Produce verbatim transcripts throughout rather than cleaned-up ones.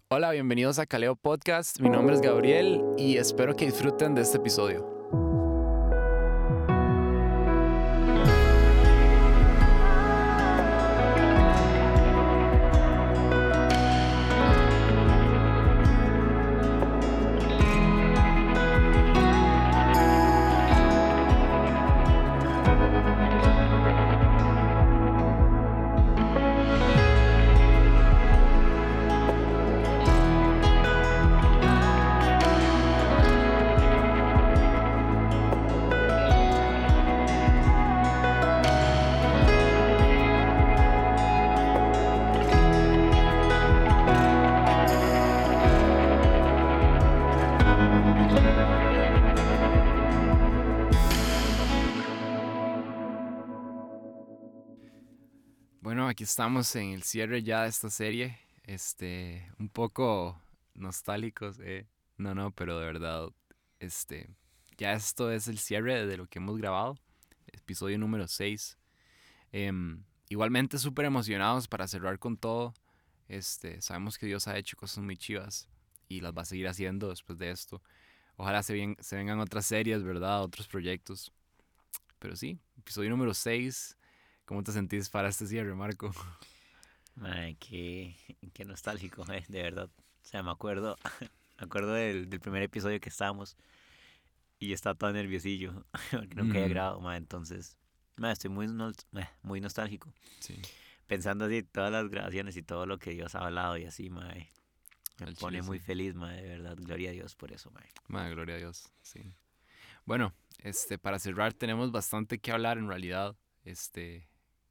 Hola, bienvenidos a Caleo Podcast. Mi nombre es Gabriel y espero que disfruten de este episodio. Bueno, aquí estamos en el cierre ya de esta serie. Este, un poco nostálgicos, eh. No, no, pero de verdad, este, ya esto es el cierre de lo que hemos grabado. Episodio número seis. Em, igualmente súper emocionados para cerrar con todo. Este, sabemos que Dios ha hecho cosas muy chivas y las va a seguir haciendo después de esto. Ojalá se, bien, se vengan otras series, ¿verdad? Otros proyectos. Pero sí, episodio número seis. ¿Cómo te sentís para este cierre, Marco? Ay, qué, qué nostálgico, eh, de verdad. O sea, me acuerdo, me acuerdo del, del primer episodio que estábamos y yo estaba todo nerviosillo porque nunca había Mm, grabado, ma, entonces, ma, estoy muy, nos- eh, muy nostálgico. sí, Pensando así todas las grabaciones y todo lo que Dios ha hablado y así, ma, eh, me al pone chile muy sí. feliz, ma, de verdad. Gloria a Dios por eso, ma. Madre, gloria a Dios, sí. Bueno, este, para cerrar tenemos bastante que hablar en realidad. Este,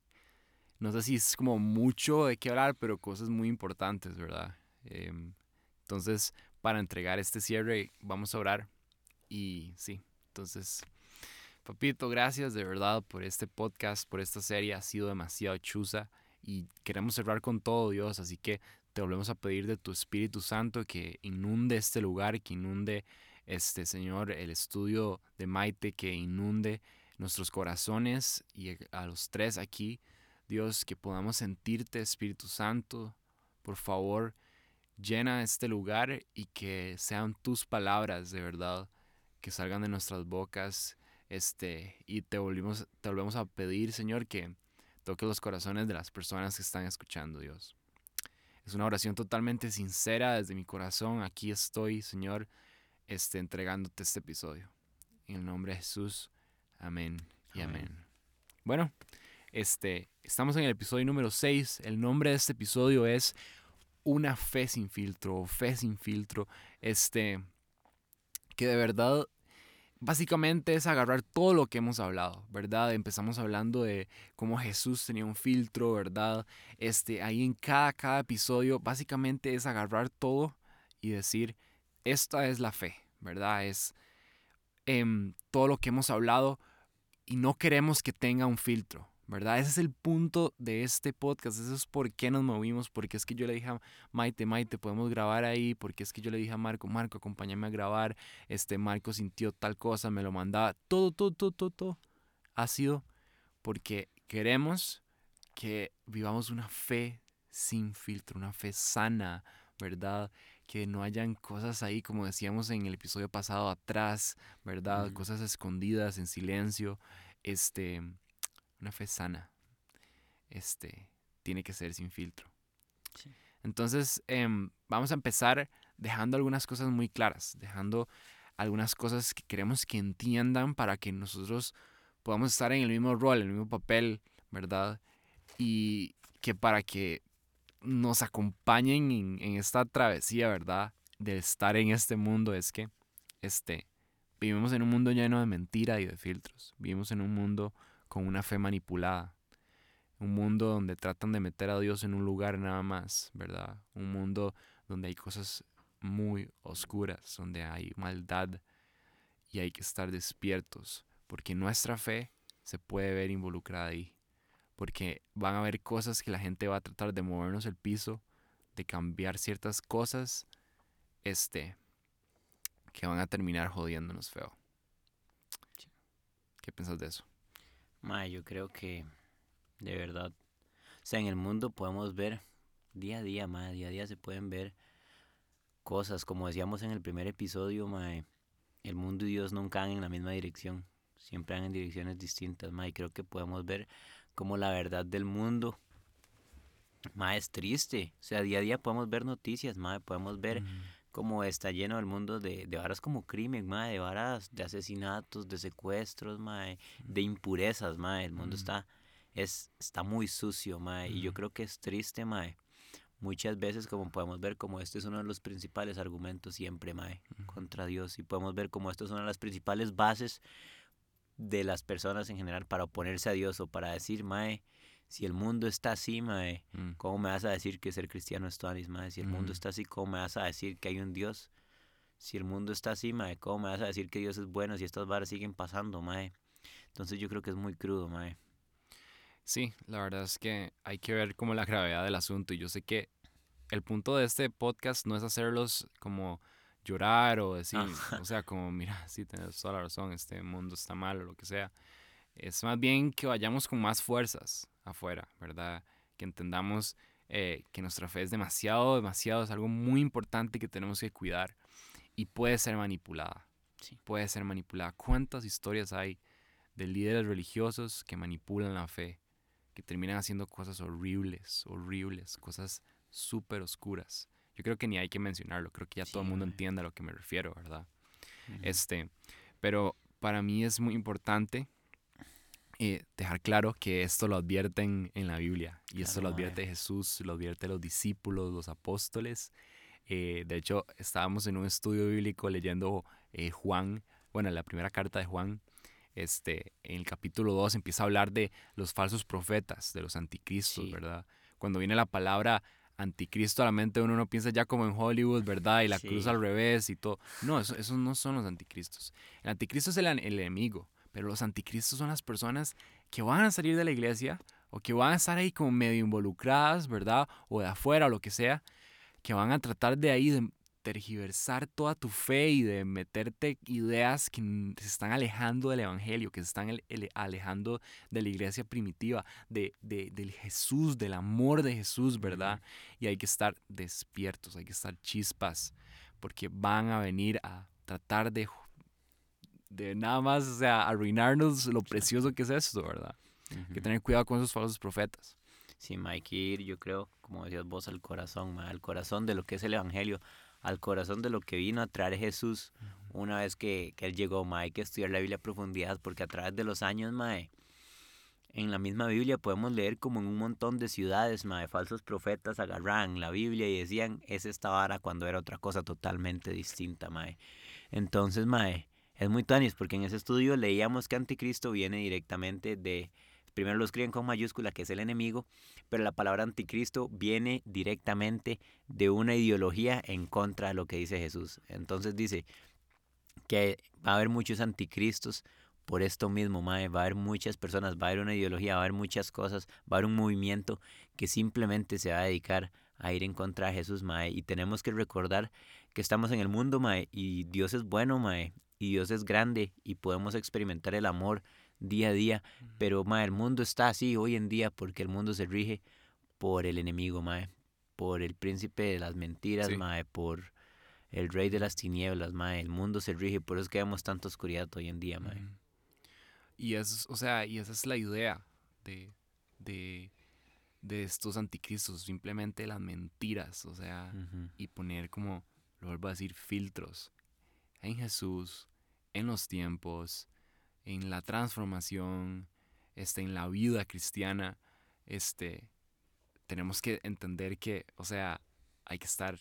no sé si es como mucho de qué hablar, pero cosas muy importantes, ¿verdad? Em, entonces, para entregar este cierre, vamos a orar. Y sí, entonces, papito, gracias de verdad por este podcast, por esta serie. Ha sido demasiado chusa y queremos cerrar con todo, Dios. Así que te volvemos a pedir de tu Espíritu Santo que inunde este lugar, que inunde este Señor, el estudio de Maite, que inunde nuestros corazones y a los tres aquí. Dios, que podamos sentirte, Espíritu Santo. Por favor, llena este lugar y que sean tus palabras de verdad que salgan de nuestras bocas. Este, y te volvemos, te volvemos a pedir, Señor, que toques los corazones de las personas que están escuchando, Dios. Es una oración totalmente sincera desde mi corazón. Aquí estoy, Señor, este, entregándote este episodio. En el nombre de Jesús, amén y Amén. amén. Bueno, este, estamos en el episodio número seis. El nombre de este episodio es Una fe sin filtro, fe sin filtro. Este, que de verdad básicamente es agarrar todo lo que hemos hablado, ¿verdad? Empezamos hablando de cómo Jesús tenía un filtro, ¿verdad? Este, ahí en cada, cada episodio, básicamente es agarrar todo y decir, esta es la fe, ¿verdad? Es em, todo lo que hemos hablado y no queremos que tenga un filtro, ¿verdad? Ese es el punto de este podcast, eso es por qué nos movimos, porque es que yo le dije a Maite, Maite, podemos grabar ahí, porque es que yo le dije a Marco, Marco, acompáñame a grabar, este Marco sintió tal cosa, me lo mandaba, todo, todo, todo, todo, todo ha sido porque queremos que vivamos una fe sin filtro, una fe sana, ¿verdad? Que no hayan cosas ahí, como decíamos en el episodio pasado, atrás, ¿verdad? Ujú. Cosas escondidas en silencio. Este, una fe sana, este, tiene que ser sin filtro. Sí. Entonces, eh, vamos a empezar dejando algunas cosas muy claras, dejando algunas cosas que queremos que entiendan para que nosotros podamos estar en el mismo rol, en el mismo papel, ¿verdad? Y que para que nos acompañen en, en esta travesía, ¿verdad? De estar en este mundo es que este, vivimos en un mundo lleno de mentira y de filtros. Vivimos en un mundo con una fe manipulada. Un mundo donde tratan de meter a Dios en un lugar nada más, ¿verdad? Un mundo donde hay cosas muy oscuras, donde hay maldad y hay que estar despiertos, porque nuestra fe se puede ver involucrada ahí. Porque van a haber cosas que la gente va a tratar de movernos el piso, de cambiar ciertas cosas, este, que van a terminar jodiéndonos feo. Sí. ¿Qué piensas de eso? Ma, yo creo que, de verdad, o sea, en el mundo podemos ver día a día, ma, día a día se pueden ver. cosas. Como decíamos en el primer episodio, mae, el mundo y Dios nunca van en la misma dirección. Siempre van en direcciones distintas, mae. Y creo que podemos ver como la verdad del mundo, mae, es triste. O sea, día a día podemos ver noticias, mae. Podemos ver Mm, cómo está lleno el mundo de, de varas como crimen, mae. De varas de asesinatos, de secuestros, mae. De impurezas, mae. El mundo mm, está, es, está muy sucio, mae. Y yo mm, creo que es triste, mae. Muchas veces, como podemos ver, como este es uno de los principales argumentos siempre, mae, mm, contra Dios. Y podemos ver como esto es una de las principales bases de las personas en general para oponerse a Dios o para decir, mae, si el mundo está así, mae, mm, ¿cómo me vas a decir que ser cristiano es tuanis, mae? Si el mundo mm. está así, ¿cómo me vas a decir que hay un Dios? Si el mundo está así, mae, ¿cómo me vas a decir que Dios es bueno si estas varas siguen pasando, mae? Entonces yo creo que es muy crudo, mae. Sí, la verdad es que hay que ver como la gravedad del asunto y yo sé que el punto de este podcast no es hacerlos como llorar o Ah, decir, o sea, como mira, sí, tienes toda la razón, este mundo está mal o lo que sea. Es más bien que vayamos con más fuerzas afuera, ¿verdad? Que entendamos eh, que nuestra fe es demasiado, demasiado, es algo muy importante que tenemos que cuidar y puede ser manipulada, sí, puede ser manipulada. ¿Cuántas historias hay de líderes religiosos que manipulan la fe, que terminan haciendo cosas horribles, horribles, cosas súper oscuras? Yo creo que ni hay que mencionarlo, creo que ya todo el sí, mundo mae. entiende a lo que me refiero, ¿verdad? Ujú. Este, pero para mí es muy importante eh, dejar claro que esto lo advierten en la Biblia y esto Claro, lo mae. advierte Jesús, lo advierte los discípulos, los apóstoles. Eh, de hecho, estábamos en un estudio bíblico leyendo eh, Juan, bueno, la primera carta de Juan. Este, en el capítulo dos empieza a hablar de los falsos profetas, de los anticristos, Sí, ¿verdad? Cuando viene la palabra anticristo a la mente uno no piensa ya como en Hollywood, ¿verdad? Y la cruz sí. al revés y todo. No, eso- esos no son los anticristos. El anticristo es el, an- el enemigo, pero los anticristos son las personas que van a salir de la iglesia o que van a estar ahí como medio involucradas, ¿verdad? O de afuera o lo que sea, que van a tratar de ahí de tergiversar toda tu fe y de meterte ideas que n- se están alejando del evangelio, que se están ele- ele- alejando de la iglesia primitiva, de, de- del Jesús, del amor de Jesús, Ujú. ¿verdad? Y hay que estar despiertos, hay que estar chispas, porque van a venir a tratar de, de nada más, o sea, arruinarnos lo Exacto. precioso que es esto, ¿verdad? Hay que Ujú. tener cuidado con esos falsos profetas. Sí, ma, hay que ir, yo creo, como decías vos, al corazón, ma, al corazón de lo que es el Evangelio, al corazón de lo que vino a traer Jesús una vez que, que Él llegó, ma. Hay que estudiar la Biblia a profundidad, porque a través de los años, ma, en la misma Biblia podemos leer como en un montón de ciudades, ma, de falsos profetas agarraban la Biblia y decían, es esta vara cuando era otra cosa totalmente distinta, ma. Entonces, ma, es muy tuanis, porque en ese estudio leíamos que Anticristo viene directamente de, primero lo escriben con mayúscula, que es el enemigo, pero la palabra anticristo viene directamente de una ideología en contra de lo que dice Jesús. Entonces dice que va a haber muchos anticristos por esto mismo, mae. Va a haber muchas personas, va a haber una ideología, va a haber muchas cosas, va a haber un movimiento que simplemente se va a dedicar a ir en contra de Jesús, mae. Y tenemos que recordar que estamos en el mundo, mae, y Dios es bueno, mae, y Dios es grande y podemos experimentar el amor día a día, pero mae, el mundo está así hoy en día porque el mundo se rige por el enemigo, mae, por el príncipe de las mentiras, Sí. mae, por el rey de las tinieblas, mae. El mundo se rige, por eso es que vemos tanta oscuridad hoy en día, mae. Ujú. Y es, o sea, y esa es la idea de, de, de estos anticristos, simplemente las mentiras, o sea, Ujú. y poner como, lo vuelvo a decir, filtros en Jesús, en los tiempos, en la transformación, este, en la vida cristiana, este, tenemos que entender que, o sea, hay que estar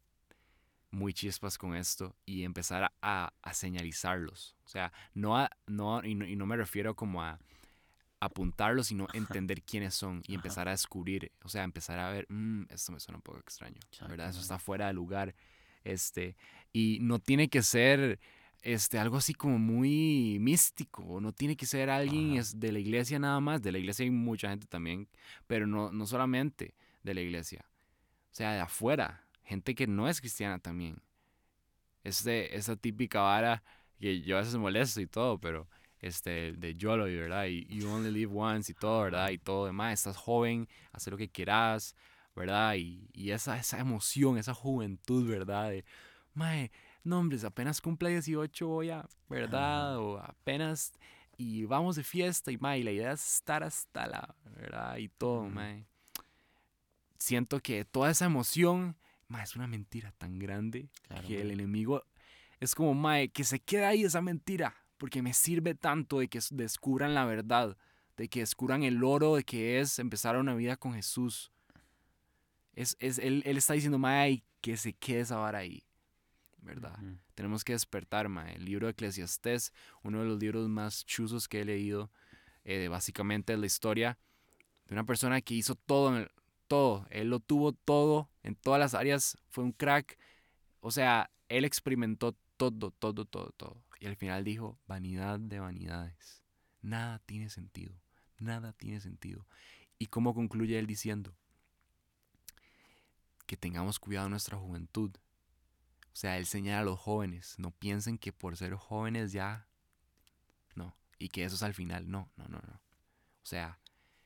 muy chispas con esto y empezar a, a, a señalizarlos. O sea, no, a, no, y no, y no me refiero como a apuntarlos, sino entender quiénes son y Ajá, empezar a descubrir, o sea, empezar a ver, mmm, esto me suena un poco extraño, ¿verdad? exacto, Eso mae. está fuera de lugar, este, y no tiene que ser, este, algo así como muy místico, no tiene que ser alguien Ajá, es de la iglesia nada más, de la iglesia hay mucha gente también, pero no, no solamente de la iglesia, o sea, de afuera, gente que no es cristiana también, este, esa típica vara que yo a veces molesto y todo, pero este, de YOLO, ¿verdad? Y you only live once y todo, ¿verdad? ajá, Y todo demás, estás joven, haz lo que quieras, ¿verdad? Y, y esa, esa emoción, esa juventud, ¿verdad? De, mae, no, hombres, apenas cumple dieciocho voy a, ¿verdad? Ajá. O apenas, y vamos de fiesta, y mae, la idea es estar hasta la, ¿verdad? Y todo, Ujú. mae. Siento que toda esa emoción, mae, es una mentira tan grande Claro, que el mae. enemigo es como, mae, que se queda ahí esa mentira, porque me sirve tanto de que descubran la verdad, de que descubran el oro de que es empezar una vida con Jesús. Es, es, él, él está diciendo, mae, que se quede esa vara ahí, ¿verdad? Ujú. Tenemos que despertar, mae. El libro de Eclesiastés, uno de los libros más chuzos que he leído, eh, básicamente es la historia de una persona que hizo todo, en el- todo. Él lo tuvo todo en todas las áreas, fue un crack. O sea, él experimentó todo, todo, todo, todo. Y al final dijo, vanidad de vanidades. Nada tiene sentido, nada tiene sentido. ¿Y cómo concluye él diciendo? Que tengamos cuidado en nuestra juventud. O sea, él señala a los jóvenes, no piensen que por ser jóvenes ya, no, y que eso es al final, no, no, no, no. O sea,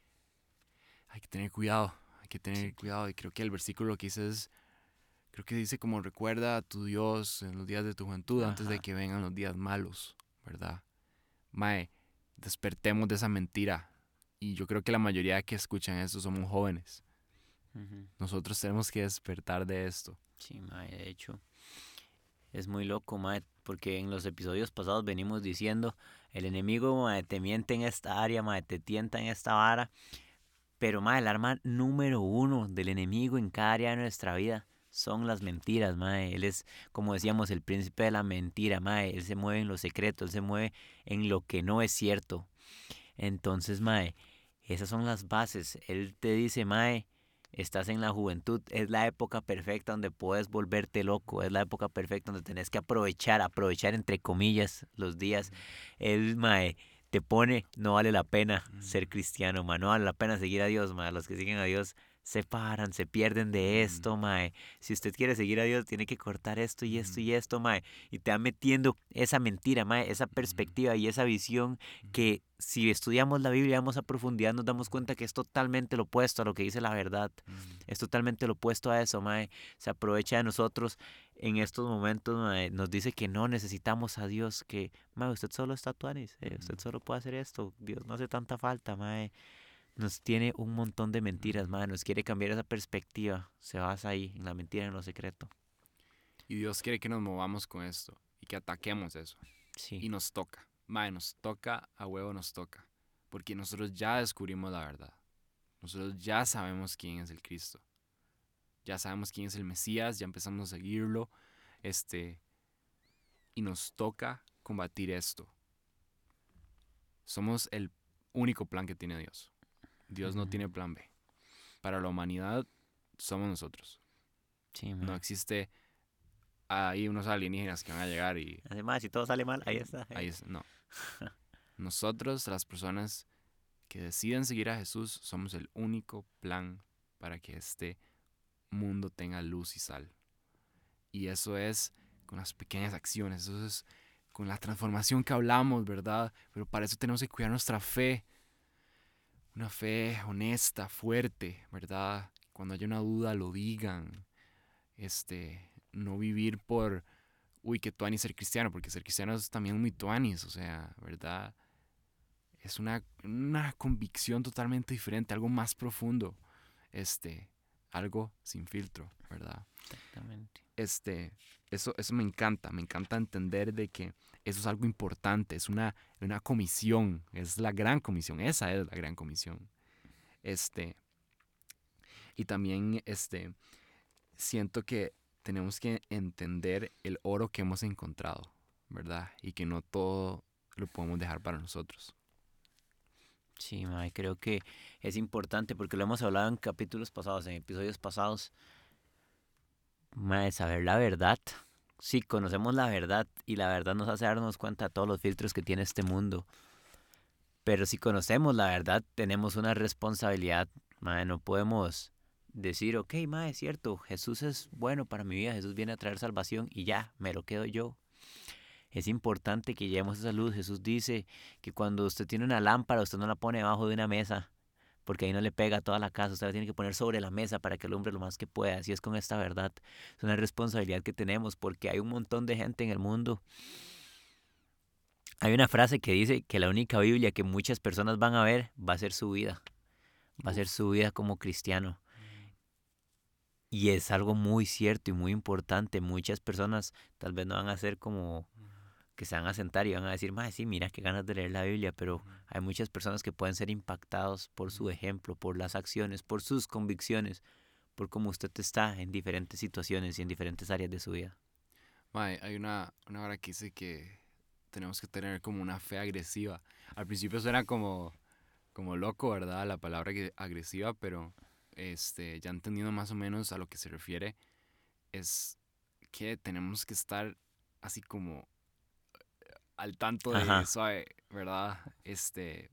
hay que tener cuidado, hay que Sí, tener claro. cuidado. Y creo que el versículo que dice es, creo que dice como recuerda a tu Dios en los días de tu juventud antes de Ajá. que vengan los días malos, ¿verdad? Mae, despertemos de esa mentira. Y yo creo que la mayoría que escuchan esto somos jóvenes. Ujú. Nosotros tenemos que despertar de esto. Sí, mae, de hecho. Es muy loco, mae, porque en los episodios pasados venimos diciendo, el enemigo, mae, te miente en esta área, mae, te tienta en esta vara, pero, mae, el arma número uno del enemigo en cada área de nuestra vida son las mentiras, mae. Él es, como decíamos, el príncipe de la mentira, mae. Él se mueve en lo secreto, él se mueve en lo que no es cierto. Entonces, mae, esas son las bases. Él te dice, mae, estás en la juventud, es la época perfecta donde puedes volverte loco, es la época perfecta donde tenés que aprovechar, aprovechar entre comillas los días. Él, mae, te pone, no vale la pena ser cristiano, mae, no vale la pena seguir a Dios, mae. Los que siguen a Dios se paran, se pierden de esto, mae. Si usted quiere seguir a Dios, tiene que cortar esto y esto y esto, mae. Y te va metiendo esa mentira, mae, esa perspectiva y esa visión que si estudiamos la Biblia vamos a profundidad nos damos cuenta que es totalmente lo opuesto a lo que dice la verdad. Es totalmente lo opuesto a eso, mae. Se aprovecha de nosotros en estos momentos, mae. Nos dice que no necesitamos a Dios, que, mae, usted solo está tuanis, eh, usted solo puede hacer esto. Dios no hace tanta falta, mae. Nos tiene un montón de mentiras, mae. Nos quiere cambiar esa perspectiva. Se basa ahí, en la mentira, en lo secreto. Y Dios quiere que nos movamos con esto y que ataquemos eso. Sí. Y nos toca. Mae, nos toca, a huevo nos toca. Porque nosotros ya descubrimos la verdad. Nosotros ya sabemos quién es el Cristo. Ya sabemos quién es el Mesías, ya empezamos a seguirlo. Este, y nos toca combatir esto. Somos el único plan que tiene Dios. Dios no Ujú. tiene plan B. Para la humanidad somos nosotros. Sí, No mae. existe ahí unos alienígenas que van a llegar y Además, si todo sale mal, ahí eh, está. ahí eh. es, no. Nosotros, las personas que deciden seguir a Jesús, somos el único plan para que este mundo tenga luz y sal. Y eso es con las pequeñas acciones, eso es con la transformación que hablamos, ¿verdad? Pero para eso tenemos que cuidar nuestra fe, una fe honesta, fuerte, ¿verdad? Cuando haya una duda, lo digan. Este, no vivir por, uy, que tuanis ser cristiano, porque ser cristiano es también muy tuanis, o sea, ¿verdad? Es una, una convicción totalmente diferente, algo más profundo, este, algo sin filtro, ¿verdad? Exactamente. Este, eso, eso me encanta, me encanta entender de que eso es algo importante, es una, una comisión, es la gran comisión, esa es la gran comisión. Este, y también, este, siento que tenemos que entender el oro que hemos encontrado, ¿verdad? Y que no todo lo podemos dejar para nosotros. Sí, mae, creo que es importante porque lo hemos hablado en capítulos pasados, en episodios pasados, mae, saber la verdad. Sí, conocemos la verdad y la verdad nos hace darnos cuenta de todos los filtros que tiene este mundo. Pero si conocemos la verdad, tenemos una responsabilidad, mae, no podemos decir, ok, mae, es cierto, Jesús es bueno para mi vida, Jesús viene a traer salvación y ya, me lo quedo yo. Es importante que llevemos esa luz. Jesús dice que cuando usted tiene una lámpara, usted no la pone debajo de una mesa, porque ahí no le pega a toda la casa, usted la tiene que poner sobre la mesa para que alumbre lo más que pueda, así es con esta verdad, es una responsabilidad que tenemos, porque hay un montón de gente en el mundo. Hay una frase que dice que la única Biblia que muchas personas van a ver va a ser su vida, va a ser Uf. su vida como cristiano. Y es algo muy cierto y muy importante. Muchas personas tal vez no van a ser como que se van a sentar y van a decir, más sí, mira qué ganas de leer la Biblia, pero hay muchas personas que pueden ser impactados por su ejemplo, por las acciones, por sus convicciones, por cómo usted está en diferentes situaciones y en diferentes áreas de su vida. Mae, hay una, una hora que dice que tenemos que tener como una fe agresiva. Al principio suena como, como loco, ¿verdad? La palabra que- agresiva, pero este, ya entendiendo más o menos a lo que se refiere, es que tenemos que estar así como al tanto de Ajá. suave, ¿verdad? Este,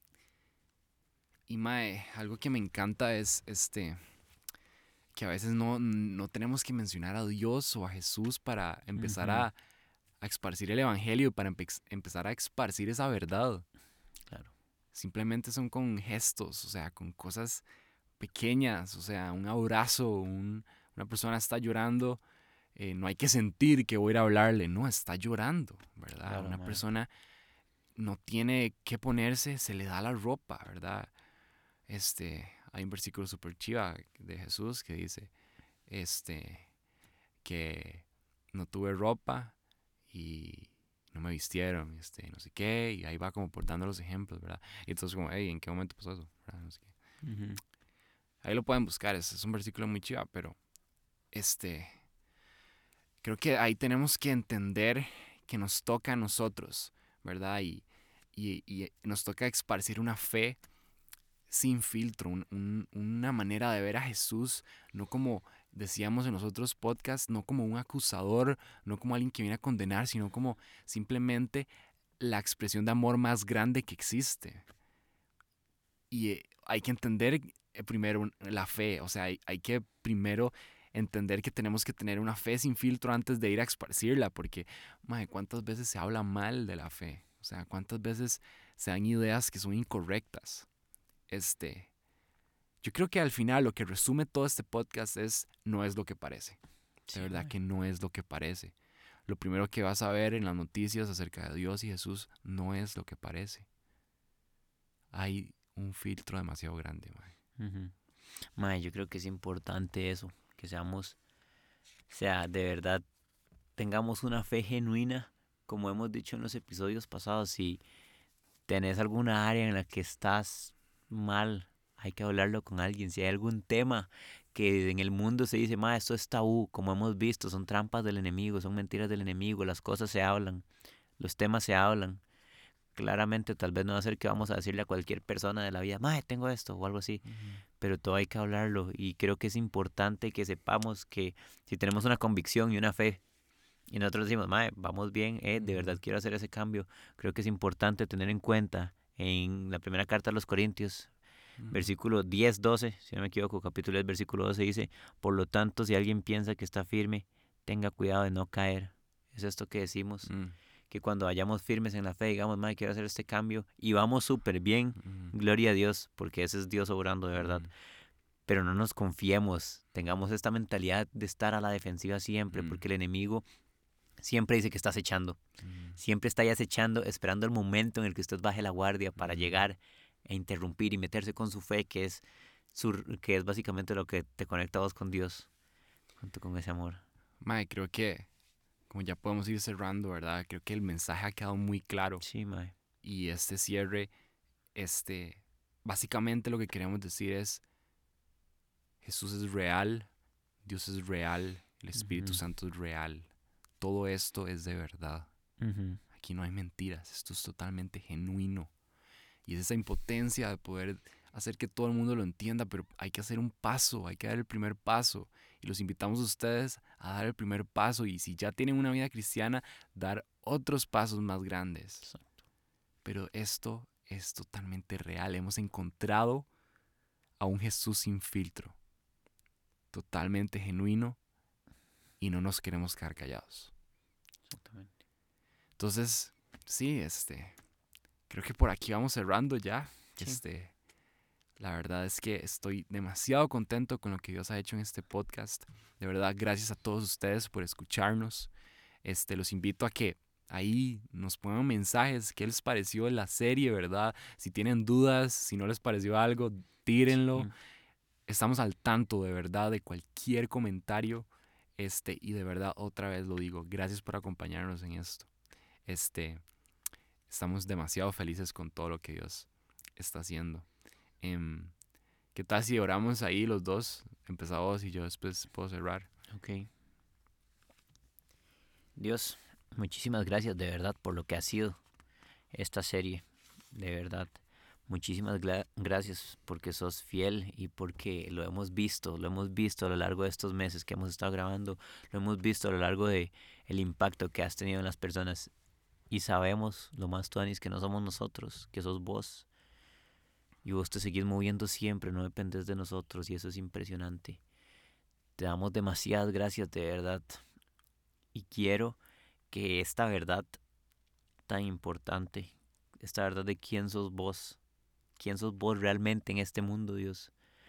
y mae, algo que me encanta es este, que a veces no, no tenemos que mencionar a Dios o a Jesús para empezar Ujú. a, a esparcir el evangelio, para empe- empezar a esparcir esa verdad. Claro. Simplemente son con gestos, o sea, con cosas pequeñas, o sea, un abrazo, un- una persona está llorando, eh, no hay que sentir que voy a ir a hablarle, no, está llorando, ¿verdad? Claro, Una mae. persona no tiene que ponerse, se le da la ropa, ¿verdad? Este, hay un versículo súper chiva de Jesús que dice, este, que no tuve ropa y no me vistieron, este, no sé qué, y ahí va como por dando los ejemplos, ¿verdad? Y entonces como, hey, ¿en qué momento pasó eso? ¿Verdad? No sé qué. Ujú. Ahí lo pueden buscar, es, es un versículo muy chiva, pero este, creo que ahí tenemos que entender que nos toca a nosotros, ¿verdad? Y, y, y nos toca esparcir una fe sin filtro, un, un, una manera de ver a Jesús, no como decíamos en los otros podcasts, no como un acusador, no como alguien que viene a condenar, sino como simplemente la expresión de amor más grande que existe. Y eh, hay que entender eh, primero la fe, o sea, hay, hay que primero entender que tenemos que tener una fe sin filtro antes de ir a esparcirla, porque, madre, ¿cuántas veces se habla mal de la fe? O sea, ¿cuántas veces se dan ideas que son incorrectas? Este, yo creo que al final lo que resume todo este podcast es no es lo que parece. De Sí, verdad mae. que no es lo que parece. Lo primero que vas a ver en las noticias acerca de Dios y Jesús no es lo que parece. Hay un filtro demasiado grande, mae. Ujú. Mae, yo creo que es importante eso, que seamos, o sea, de verdad, tengamos una fe genuina, como hemos dicho en los episodios pasados. Si tenés alguna área en la que estás mal, hay que hablarlo con alguien. Si hay algún tema que en el mundo se dice, ma, esto es tabú, como hemos visto, son trampas del enemigo, son mentiras del enemigo, las cosas se hablan, los temas se hablan. Claramente, tal vez no va a ser que vamos a decirle a cualquier persona de la vida, ma, tengo esto o algo así, Ujú. pero todo hay que hablarlo y creo que es importante que sepamos que si tenemos una convicción y una fe y nosotros decimos, mae, vamos bien, eh, de verdad Ujú. quiero hacer ese cambio. Creo que es importante tener en cuenta en la primera carta a los Corintios, Ujú. versículo diez doce si no me equivoco, capítulo diez versículo doce dice, por lo tanto, si alguien piensa que está firme, tenga cuidado de no caer. Es esto que decimos, Mm. que cuando vayamos firmes en la fe, digamos, mae, quiero hacer este cambio y vamos súper bien, Ujú. gloria a Dios, porque ese es Dios obrando de verdad. Ujú. Pero no nos confiemos, tengamos esta mentalidad de estar a la defensiva siempre, Ujú. porque el enemigo siempre dice que está acechando. Ujú. Siempre está ahí acechando, esperando el momento en el que usted baje la guardia para Ujú. llegar e interrumpir y meterse con su fe, que es, su, que es básicamente lo que te conecta a vos con Dios, junto con ese amor. Mae, creo que como ya podemos ir cerrando, ¿verdad? Creo que el mensaje ha quedado muy claro Sí, mae. y este cierre, este, básicamente lo que queremos decir es Jesús es real, Dios es real, el Espíritu Ujú, Santo es real. Todo esto es de verdad. ujú, Aquí no hay mentiras, esto es totalmente genuino. Y es esa impotencia de poder hacer que todo el mundo lo entienda, pero hay que hacer un paso, hay que dar el primer paso. Y los invitamos a ustedes a dar el primer paso y si ya tienen una vida cristiana, dar otros pasos más grandes. exacto. Pero esto es totalmente real. Hemos encontrado a un Jesús sin filtro, totalmente genuino y no nos queremos quedar callados. Exactamente. Entonces, sí, este, creo que por aquí vamos cerrando ya. Sí. Este, La verdad es que estoy demasiado contento con lo que Dios ha hecho en este podcast. De verdad, gracias a todos ustedes por escucharnos. Este, los invito a que ahí nos pongan mensajes, qué les pareció la serie, ¿verdad? Si tienen dudas, si no les pareció algo, tírenlo. Sí. Estamos al tanto, de verdad, de cualquier comentario. Este, y de verdad, otra vez lo digo, gracias por acompañarnos en esto. Este, estamos demasiado felices con todo lo que Dios está haciendo. Em, ¿Qué tal si oramos ahí los dos? Empezamos y yo después puedo cerrar. Ok. Dios, muchísimas gracias de verdad por lo que ha sido esta serie. De verdad. Muchísimas gra- gracias porque sos fiel y porque lo hemos visto, lo hemos visto a lo largo de estos meses que hemos estado grabando, lo hemos visto a lo largo de el impacto que has tenido en las personas y sabemos lo más tuanis que no somos nosotros, que sos vos y vos te seguís moviendo siempre, no dependes de nosotros y eso es impresionante. Te damos demasiadas gracias de verdad y quiero que esta verdad tan importante, esta verdad de quién sos vos, quién sos vos realmente en este mundo, Dios,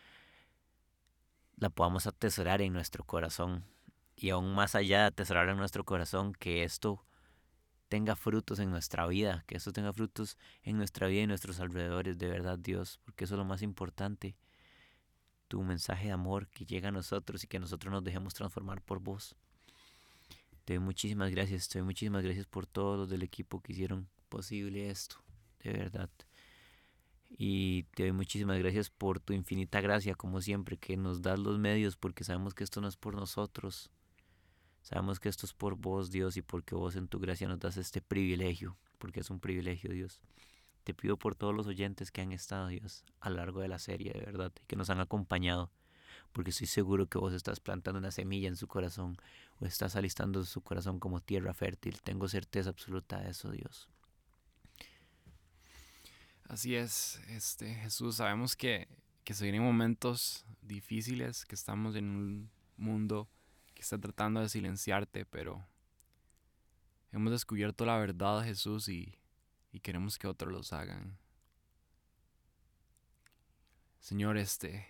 la podamos atesorar en nuestro corazón. Y aún más allá de atesorar en nuestro corazón, que esto tenga frutos en nuestra vida, que esto tenga frutos en nuestra vida y en nuestros alrededores, de verdad, Dios, porque eso es lo más importante. Tu mensaje de amor que llega a nosotros y que nosotros nos dejemos transformar por vos. Te doy muchísimas gracias, te doy muchísimas gracias por todos los del equipo que hicieron posible esto, de verdad. Y te doy muchísimas gracias por tu infinita gracia, como siempre, que nos das los medios, porque sabemos que esto no es por nosotros. Sabemos que esto es por vos, Dios, y porque vos en tu gracia nos das este privilegio, porque es un privilegio, Dios. Te pido por todos los oyentes que han estado, Dios, a lo largo de la serie, de verdad, y que nos han acompañado, porque estoy seguro que vos estás plantando una semilla en su corazón, o estás alistando su corazón como tierra fértil. Tengo certeza absoluta de eso, Dios. Así es, este, Jesús, sabemos que, que se vienen momentos difíciles, que estamos en un mundo que está tratando de silenciarte, pero hemos descubierto la verdad, Jesús, y, y queremos que otros los hagan. Señor, este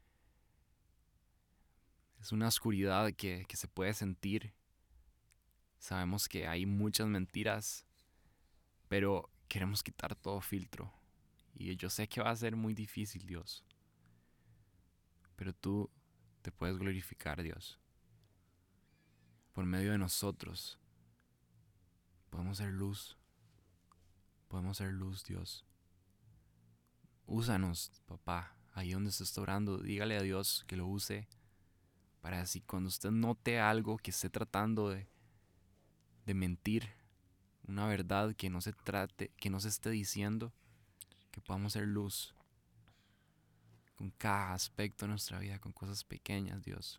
es una oscuridad que, que se puede sentir. Sabemos que hay muchas mentiras, pero queremos quitar todo filtro. Y yo sé que va a ser muy difícil, Dios. Pero tú te puedes glorificar, Dios. Por medio de nosotros podemos ser luz. Podemos ser luz, Dios. Úsanos, papá. Ahí donde usted está orando, dígale a Dios que lo use. Para así cuando usted note algo que esté tratando de, de mentir, una verdad que no se trate, que no se esté diciendo, que podamos ser luz con cada aspecto de nuestra vida, con cosas pequeñas, Dios.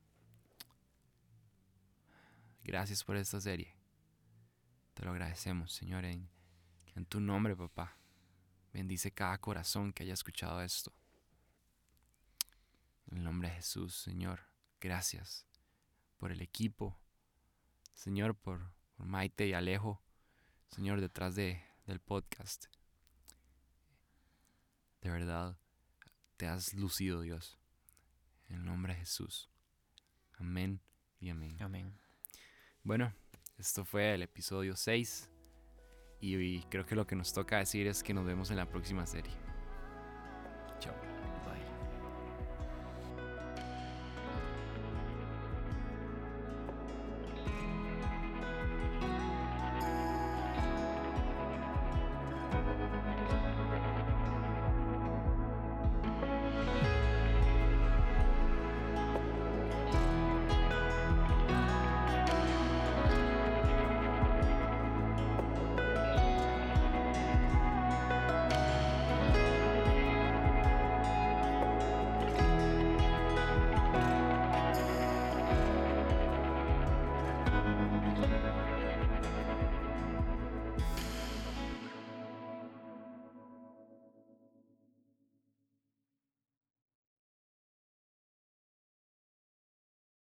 Gracias por esta serie. Te lo agradecemos, Señor, en, en tu nombre, papá. Bendice cada corazón que haya escuchado esto. En el nombre de Jesús, Señor, gracias por el equipo. Señor, por, por Maite y Alejo, Señor, detrás de, del podcast. De verdad, te has lucido, Dios. En el nombre de Jesús. Amén y amén. Amén. Bueno, esto fue el episodio seis. Y, y creo que lo que nos toca decir es que nos vemos en la próxima serie. Chao.